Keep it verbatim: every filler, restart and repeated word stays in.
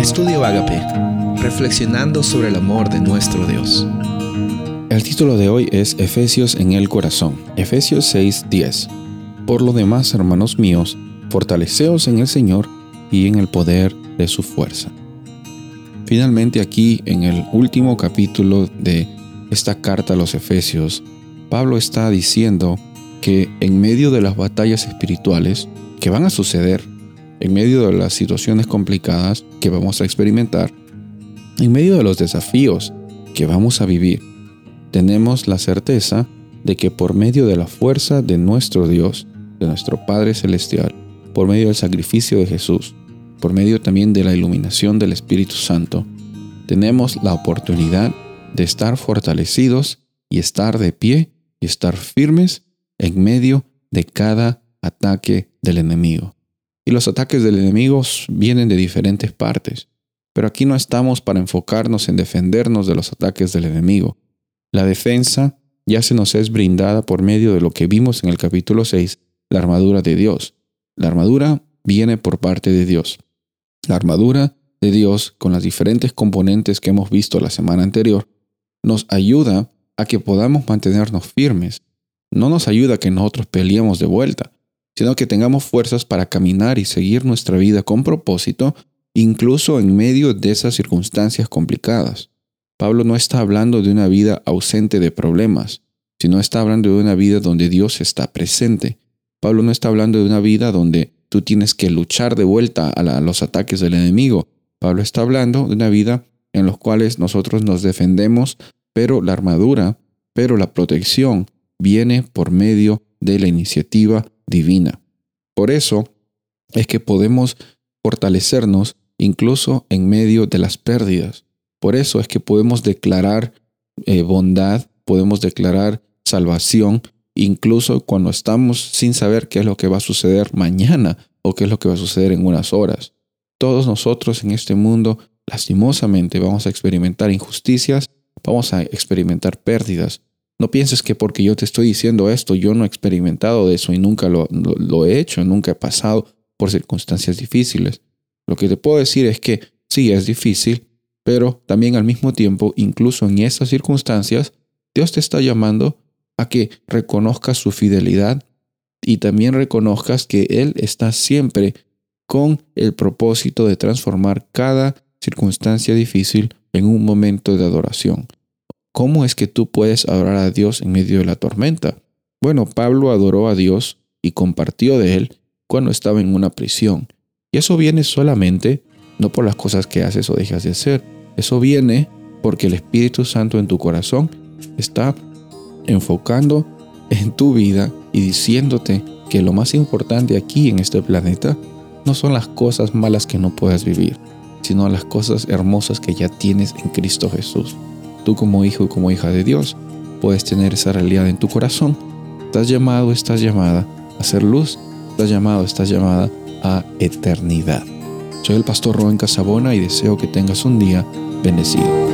Estudio Ágape, reflexionando sobre el amor de nuestro Dios. El título de hoy es Efesios en el corazón. Efesios seis diez. Por lo demás, hermanos míos, fortaleceos en el Señor y en el poder de su fuerza. Finalmente, aquí en el último capítulo de esta carta a los Efesios, Pablo está diciendo que en medio de las batallas espirituales que van a suceder, en medio de las situaciones complicadas que vamos a experimentar, en medio de los desafíos que vamos a vivir, tenemos la certeza de que por medio de la fuerza de nuestro Dios, de nuestro Padre Celestial, por medio del sacrificio de Jesús, por medio también de la iluminación del Espíritu Santo, tenemos la oportunidad de estar fortalecidos y estar de pie y estar firmes en medio de cada ataque del enemigo. Y los ataques del enemigo vienen de diferentes partes, pero aquí no estamos para enfocarnos en defendernos de los ataques del enemigo. La defensa ya se nos es brindada por medio de lo que vimos en el capítulo seis, la armadura de Dios. La armadura viene por parte de Dios. La armadura de Dios, con las diferentes componentes que hemos visto la semana anterior, nos ayuda a que podamos mantenernos firmes. No nos ayuda a que nosotros peleemos de vuelta, sino que tengamos fuerzas para caminar y seguir nuestra vida con propósito, incluso en medio de esas circunstancias complicadas. Pablo no está hablando de una vida ausente de problemas, sino está hablando de una vida donde Dios está presente. Pablo no está hablando de una vida donde tú tienes que luchar de vuelta a, la, a los ataques del enemigo. Pablo está hablando de una vida en la cual nosotros nos defendemos, pero la armadura, pero la protección viene por medio de la iniciativa divina. Por eso es que podemos fortalecernos incluso en medio de las pérdidas. Por eso es que podemos declarar eh, bondad, podemos declarar salvación, incluso cuando estamos sin saber qué es lo que va a suceder mañana o qué es lo que va a suceder en unas horas. Todos nosotros en este mundo, lastimosamente, vamos a experimentar injusticias, vamos a experimentar pérdidas. No pienses que porque yo te estoy diciendo esto, yo no he experimentado de eso y nunca lo, lo, lo he hecho, nunca he pasado por circunstancias difíciles. Lo que te puedo decir es que sí, es difícil, pero también al mismo tiempo, incluso en esas circunstancias, Dios te está llamando a que reconozcas su fidelidad y también reconozcas que Él está siempre con el propósito de transformar cada circunstancia difícil en un momento de adoración. ¿Cómo es que tú puedes adorar a Dios en medio de la tormenta? Bueno, Pablo adoró a Dios y compartió de Él cuando estaba en una prisión. Y eso viene solamente, no por las cosas que haces o dejas de hacer. Eso viene porque el Espíritu Santo en tu corazón está enfocando en tu vida y diciéndote que lo más importante aquí en este planeta no son las cosas malas que no puedas vivir, sino las cosas hermosas que ya tienes en Cristo Jesús. Tú como hijo y como hija de Dios puedes tener esa realidad en tu corazón. Estás llamado, estás llamada a ser luz. Estás llamado, estás llamada a eternidad. Soy el pastor Rubén Casabona y deseo que tengas un día bendecido.